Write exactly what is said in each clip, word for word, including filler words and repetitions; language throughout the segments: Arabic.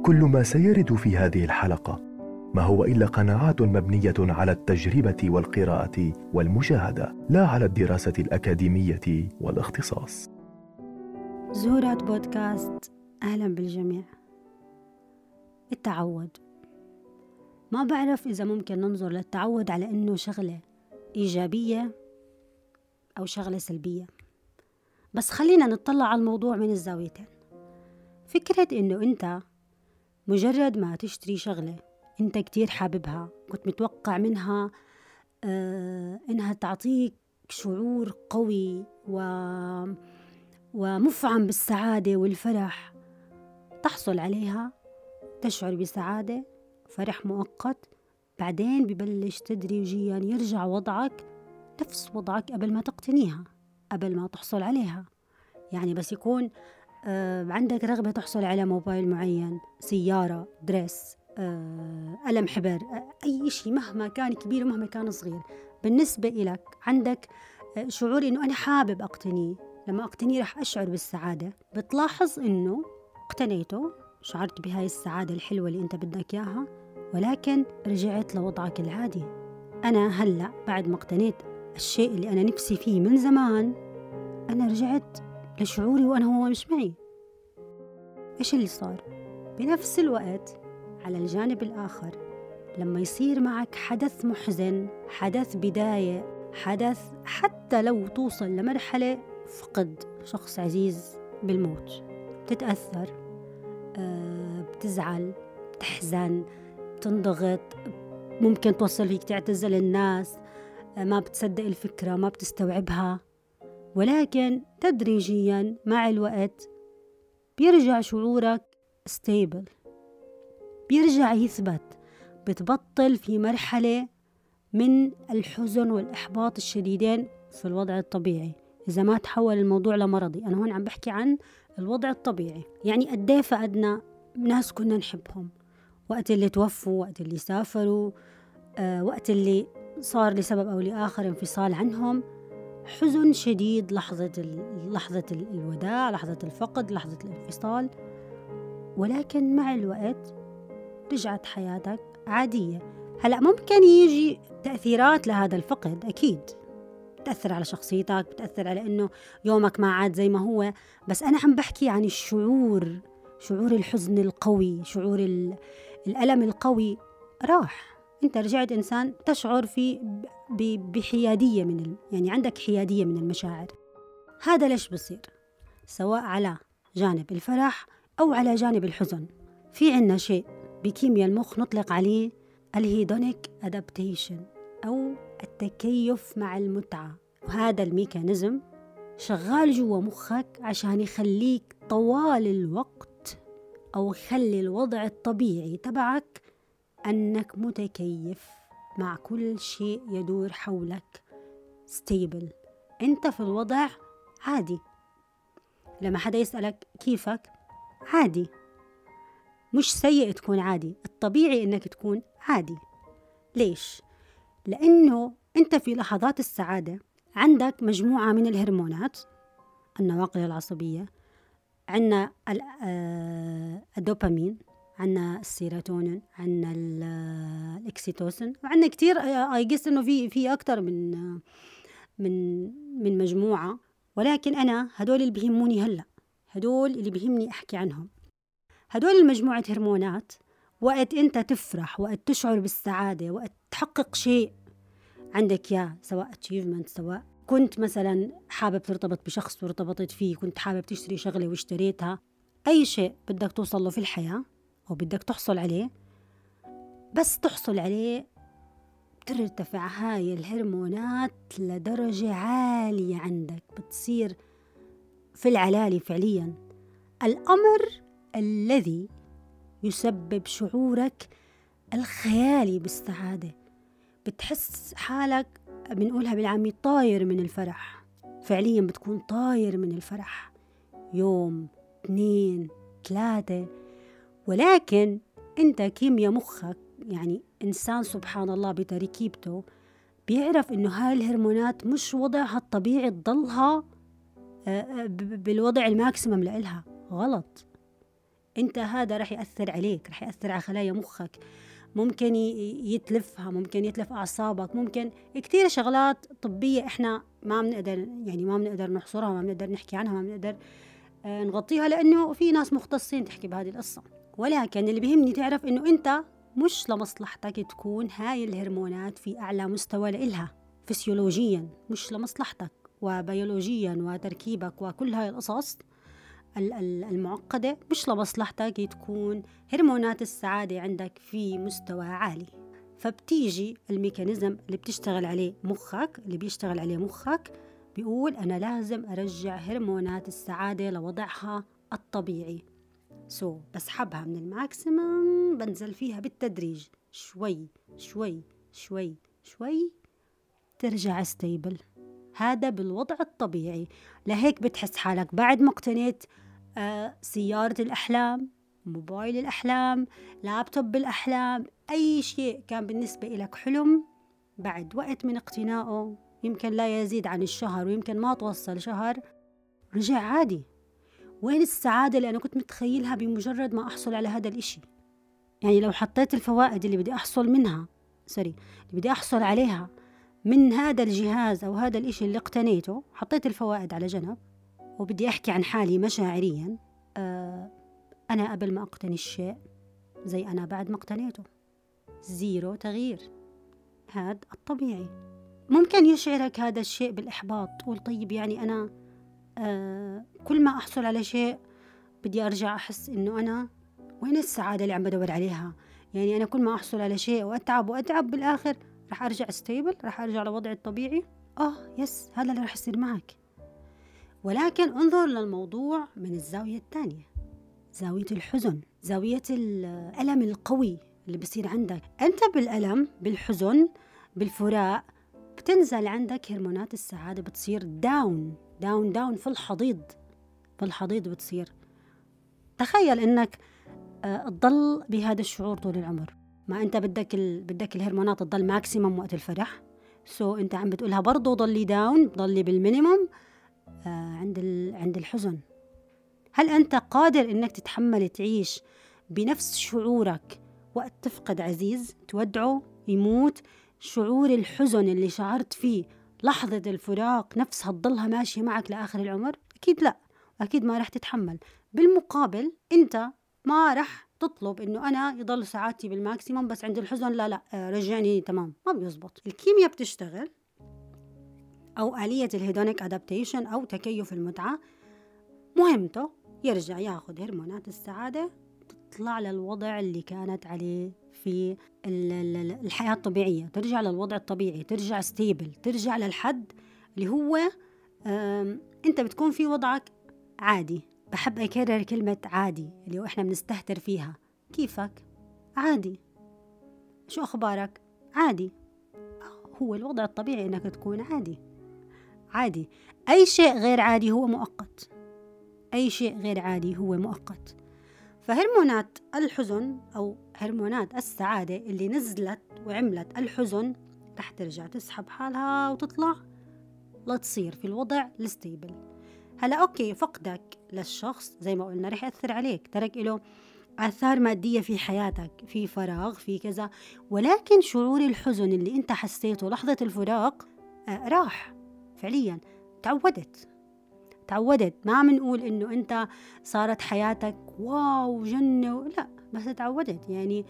كل ما سيرد في هذه الحلقة ما هو إلا قناعات مبنية على التجربة والقراءة والمشاهدة، لا على الدراسة الأكاديمية والاختصاص. زهورات بودكاست، أهلا بالجميع. التعود، ما بعرف إذا ممكن ننظر للتعود على إنه شغلة إيجابية أو شغلة سلبية، بس خلينا نطلع على الموضوع من الزاويتين. فكرة إنه أنت مجرد ما تشتري شغلة أنت كتير حاببها، كنت متوقع منها آه إنها تعطيك شعور قوي و... ومفعم بالسعادة والفرح، تحصل عليها، تشعر بسعادة، فرح مؤقت، بعدين ببلش تدريجيا يرجع وضعك نفس وضعك قبل ما تقتنيها، قبل ما تحصل عليها. يعني بس يكون آه عندك رغبة تحصل على موبايل معين، سيارة، دريس، آه قلم حبر، آه أي شيء مهما كان كبير ومهما كان صغير، بالنسبة إلك عندك آه شعور إنه أنا حابب أقتنيه، لما أقتنيه رح أشعر بالسعادة. بتلاحظ إنه اقتنيته، شعرت بهاي السعادة الحلوة اللي أنت بدك إياها، ولكن رجعت لوضعك العادي. أنا هلأ بعد ما اقتنيت الشيء اللي أنا نفسي فيه من زمان، أنا رجعت لشعوري وأنا هو مش معي. إيش اللي صار؟ بنفس الوقت على الجانب الآخر، لما يصير معك حدث محزن، حدث بداية، حدث حتى لو توصل لمرحلة فقد شخص عزيز بالموت، بتتأثر، أه بتزعل، بتحزن، بتنضغط، ممكن توصل فيك تعتزل الناس، أه ما بتصدق الفكرة، ما بتستوعبها. ولكن تدريجيا مع الوقت بيرجع شعورك ستيبل، بيرجع يثبت، بتبطل في مرحلة من الحزن والإحباط الشديدين في الوضع الطبيعي، إذا ما تحول الموضوع لمرضي. أنا هون عم بحكي عن الوضع الطبيعي. يعني قديه فقدنا ناس كنا نحبهم، وقت اللي توفوا، وقت اللي سافروا، آه، وقت اللي صار لسبب أو لآخر انفصال عنهم، حزن شديد، لحظة ال... لحظة الوداع، لحظة الفقد، لحظة الانفصال. ولكن مع الوقت رجعت حياتك عادية. هلأ ممكن يجي تأثيرات لهذا الفقد، أكيد بتأثر على شخصيتك، بتأثر على إنه يومك ما عاد زي ما هو، بس أنا عم بحكي عن الشعور، شعور الحزن القوي، شعور الألم القوي راح. أنت رجعت إنسان تشعر في بحيادية من ال... يعني عندك حيادية من المشاعر. هذا ليش بصير؟ سواء على جانب الفرح أو على جانب الحزن. في عنا شيء بكيمياء المخ نطلق عليه الهيدونيك أدابتيشن أو التكيف مع المتعة، وهذا الميكانيزم شغال جوا مخك عشان يخليك طوال الوقت، أو يخلي الوضع الطبيعي تبعك أنك متكيف مع كل شيء يدور حولك، ستيبل، أنت في الوضع عادي. لما حدا يسألك كيفك، عادي، مش سيء تكون عادي، الطبيعي أنك تكون عادي. ليش؟ لأنه أنت في لحظات السعادة عندك مجموعة من الهرمونات، النواقل العصبية، عندنا الدوبامين، عندنا السيروتونين، عندنا الإكسيتوسين، وعندنا كتير أيقس إنه في في أكتر من من من مجموعة. ولكن أنا هدول اللي بيهموني هلأ، هدول اللي بيهمني أحكي عنهم. هدول المجموعة هرمونات وقت أنت تفرح، وقت تشعر بالسعادة، وقت تحقق شيء عندك يا سواء achievement، سواء كنت مثلا حابب ترتبط بشخص وارتبطت فيه، كنت حابب تشتري شغلة واشتريتها، أي شيء بدك توصل له في الحياة أو بدك تحصل عليه، بس تحصل عليه بترتفع هاي الهرمونات لدرجة عالية عندك، بتصير في العلالي فعليا، الأمر الذي يسبب شعورك الخيالي بالسعادة. بتحس حالك، بنقولها بالعامي، طاير من الفرح، فعليا بتكون طاير من الفرح يوم، اثنين، ثلاثة. ولكن انت كيمياء مخك، يعني إنسان سبحان الله بتركيبته، بيعرف إنه هاي الهرمونات مش وضعها الطبيعي تضلها بالوضع الماكسيمم لإلها، غلط. أنت هذا رح يأثر عليك، رح يأثر على خلايا مخك، ممكن يتلفها، ممكن يتلف أعصابك، ممكن كتير شغلات طبية إحنا ما بنقدر يعني ما بنقدر نحصرها، ما بنقدر نحكي عنها، ما بنقدر نغطيها، لأنه في ناس مختصين تحكي بهذه القصة. ولكن اللي بيهمني تعرف إنه أنت مش لمصلحتك تكون هاي الهرمونات في أعلى مستوى لإلها فسيولوجيا، مش لمصلحتك وبيولوجيا وتركيبك وكل هاي القصص المعقدة، مش لمصلحتك تكون هرمونات السعادة عندك في مستوى عالي. فبتيجي الميكانيزم اللي بتشتغل عليه مخك اللي بيشتغل عليه مخك بيقول أنا لازم أرجع هرمونات السعادة لوضعها الطبيعي. سو so, بسحبها من الماكسيمم، بنزل فيها بالتدريج شوي شوي شوي شوي ترجع ستيبل. هذا بالوضع الطبيعي. لهيك بتحس حالك بعد ما اقتنيت آه سيارة الأحلام، موبايل الأحلام، لابتوب الأحلام، أي شيء كان بالنسبة لك حلم، بعد وقت من اقتنائه يمكن لا يزيد عن الشهر ويمكن ما توصل شهر، رجع عادي. وين السعادة اللي أنا كنت متخيلها بمجرد ما أحصل على هذا الإشي؟ يعني لو حطيت الفوائد اللي بدي أحصل منها سوري اللي بدي أحصل عليها من هذا الجهاز أو هذا الإشي اللي اقتنيته، حطيت الفوائد على جنب وبدي أحكي عن حالي مشاعريا، آه أنا قبل ما أقتني الشيء زي أنا بعد ما اقتنيته، زيرو تغيير. هذا الطبيعي. ممكن يشعرك هذا الشيء بالإحباط، تقول طيب يعني أنا آه كل ما أحصل على شيء بدي أرجع أحس إنه أنا وين السعادة اللي عم بدور عليها؟ يعني أنا كل ما أحصل على شيء وأتعب وأتعب بالآخر رح أرجع ستيبل، رح أرجع لوضعي الطبيعي. آه يس، هذا اللي رح يصير معك. ولكن انظر للموضوع من الزاوية الثانية، زاوية الحزن، زاوية الألم القوي اللي بصير عندك. أنت بالألم، بالحزن، بالفراق بتنزل عندك هرمونات السعادة، بتصير داون داون داون في الحضيض في الحضيض بتصير. تخيل إنك آه تضل بهذا الشعور طول العمر. ما أنت بدك ال... بدك الهرمونات تضل ماكسيمم وقت الفرح، سو أنت عم بتقولها برضو ضلي داون، ضلي بالمينيموم آه عند ال... عند الحزن. هل أنت قادر إنك تتحمل تعيش بنفس شعورك وقت تفقد عزيز، تودعه، يموت؟ شعور الحزن اللي شعرت فيه لحظة الفراق نفسها تضلها ماشية معك لآخر العمر؟ أكيد لا، أكيد ما رح تتحمل. بالمقابل أنت ما رح تطلب إنه أنا يضل سعادتي بالماكسيموم بس عند الحزن لا لا رجعني تمام، ما بيزبط. الكيمياء بتشتغل، أو آلية الهيدونيك أدابتيشن أو تكيف المتعة، مهمته يرجع ياخد هرمونات السعادة تطلع للوضع اللي كانت عليه في الحياة الطبيعية، ترجع للوضع الطبيعي، ترجع ستيبل، ترجع للحد اللي هو أنت بتكون في وضعك عادي. بحب أكرر كلمة عادي اللي هو إحنا بنستهتر فيها. كيفك؟ عادي. شو أخبارك؟ عادي. هو الوضع الطبيعي إنك تكون عادي عادي. أي شيء غير عادي هو مؤقت، أي شيء غير عادي هو مؤقت. فهرمونات الحزن أو هرمونات السعادة اللي نزلت وعملت الحزن رح ترجع تسحب حالها وتطلع لتصير في الوضع الستيبل. هلا أوكي، فقدك للشخص زي ما قلنا رح يأثر عليك، ترك له آثار مادية في حياتك، في فراغ، في كذا، ولكن شعور الحزن اللي أنت حسيته لحظة الفراق آه راح فعليا. تعودت تعودت ما منقول إنه أنت صارت حياتك واو جنة، لا، بس تعودت. يعني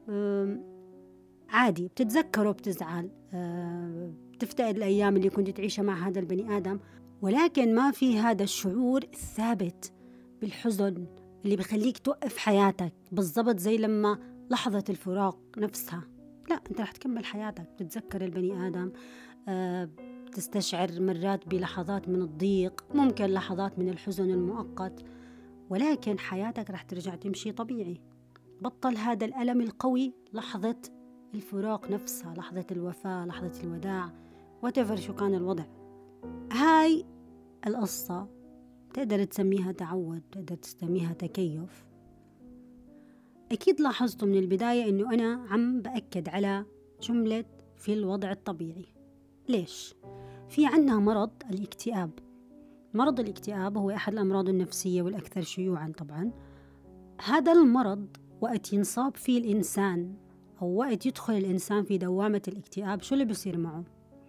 عادي، بتتذكر وبتزعل، بتفتقد الأيام اللي كنت تعيشها مع هذا البني آدم، ولكن ما في هذا الشعور الثابت بالحزن اللي بخليك توقف حياتك بالضبط زي لما لحظة الفراق نفسها. لا، أنت رح تكمل حياتك، بتتذكر البني آدم، تستشعر مرات بلحظات من الضيق، ممكن لحظات من الحزن المؤقت، ولكن حياتك رح ترجع تمشي طبيعي. بطل هذا الألم القوي لحظة الفراق نفسها، لحظة الوفاة، لحظة الوداع، whatever شو كان الوضع. هاي القصة تقدر تسميها تعود، تقدر تسميها تكيف. أكيد لاحظتوا من البداية إنه أنا عم بأكد على جملة في الوضع الطبيعي. ليش؟ في عنا مرض الاكتئاب. مرض الاكتئاب هو أحد الأمراض النفسية والأكثر شيوعاً طبعاً، هذا المرض وقت ينصاب فيه الإنسان أو وقت يدخل الإنسان في دوامة الاكتئاب، شو اللي بيصير معه؟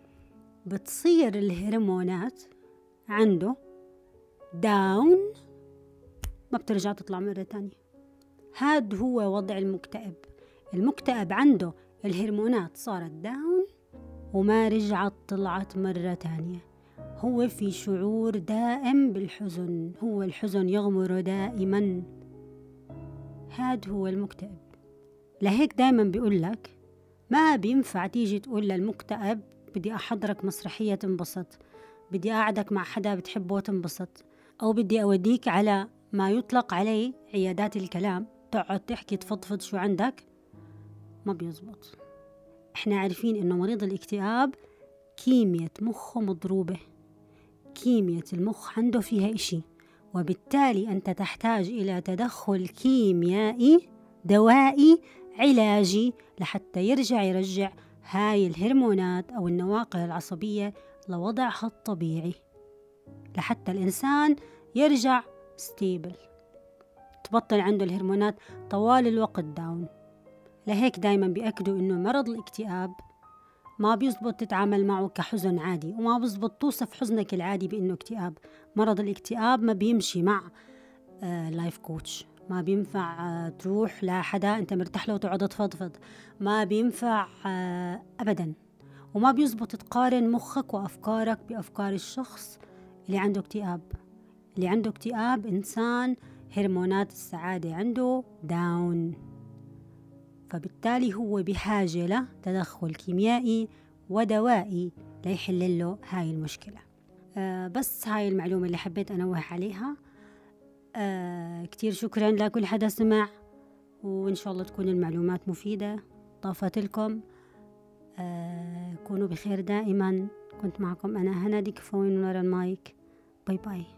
بتصير الهرمونات عنده داون، ما بترجع تطلع مرة تانية. هاد هو وضع المكتئب. المكتئب عنده الهرمونات صارت داون وما رجعت طلعت مرة تانية. هو في شعور دائم بالحزن، هو الحزن يغمر دائما. هاد هو المكتئب. لهيك دائما بيقول لك ما بينفع تيجي تقول للمكتئب بدي أحضرك مسرحية تنبسط، بدي أقعدك مع حدا بتحبه تنبسط، أو بدي أوديك على ما يطلق عليه عيادات الكلام تقعد تحكي تفضفض شو عندك. ما بيزبط. احنا عارفين إنه مريض الاكتئاب كيمياء مخه مضروبة، كيمياء المخ عنده فيها إشي، وبالتالي أنت تحتاج إلى تدخل كيميائي دوائي علاجي لحتى يرجع يرجع هاي الهرمونات أو النواقل العصبية لوضعها الطبيعي، لحتى الإنسان يرجع ستيبل، تبطل عنده الهرمونات طوال الوقت داون. لهيك دايما بيأكدوا إنه مرض الاكتئاب ما بيزبط تتعامل معه كحزن عادي، وما بيزبط توصف حزنك العادي بإنه اكتئاب. مرض الاكتئاب ما بيمشي مع آه لايف كوتش، ما بينفع آه تروح لحدا أنت مرتاح له وتقعد تفضفض، ما بينفع آه أبدا. وما بيزبط تقارن مخك وأفكارك بأفكار الشخص اللي عنده اكتئاب. اللي عنده اكتئاب إنسان هرمونات السعادة عنده داون، فبالتالي هو بحاجة له تدخل كيميائي ودوائي ليحل له هاي المشكلة. آه بس هاي المعلومة اللي حبيت أنوه عليها. آه كتير شكرا لكل حدا سمع، وإن شاء الله تكون المعلومات مفيدة طافت لكم. آه كونوا بخير دائما. كنت معكم أنا هنا ديك فوين ورا المايك. باي باي.